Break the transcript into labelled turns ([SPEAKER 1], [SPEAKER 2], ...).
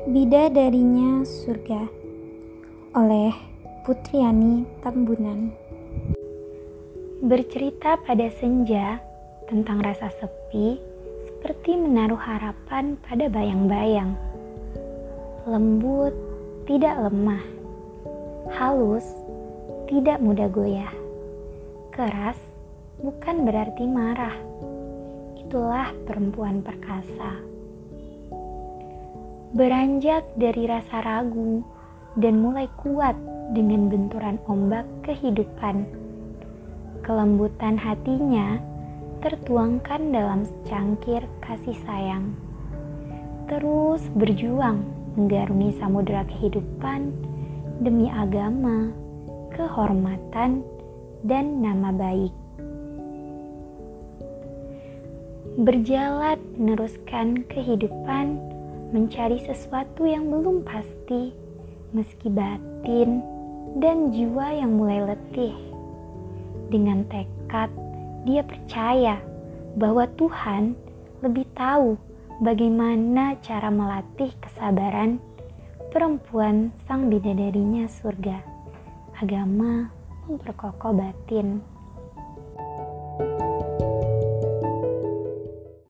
[SPEAKER 1] Bidadarinya Surga oleh Putriani Tambunan. Bercerita pada senja tentang rasa sepi, seperti menaruh harapan pada bayang-bayang. Lembut, tidak lemah. Halus, tidak mudah goyah. Keras, bukan berarti marah. Itulah perempuan perkasa. Beranjak dari rasa ragu dan mulai kuat dengan benturan ombak kehidupan. Kelembutan hatinya tertuangkan dalam secangkir kasih sayang. Terus berjuang menggarungi samudera kehidupan demi agama, kehormatan, dan nama baik. Berjalan meneruskan kehidupan, mencari sesuatu yang belum pasti, meski batin dan jiwa yang mulai letih. Dengan tekad, dia percaya bahwa Tuhan lebih tahu bagaimana cara melatih kesabaran perempuan sang bidadarinya surga. Agama memperkokoh batin.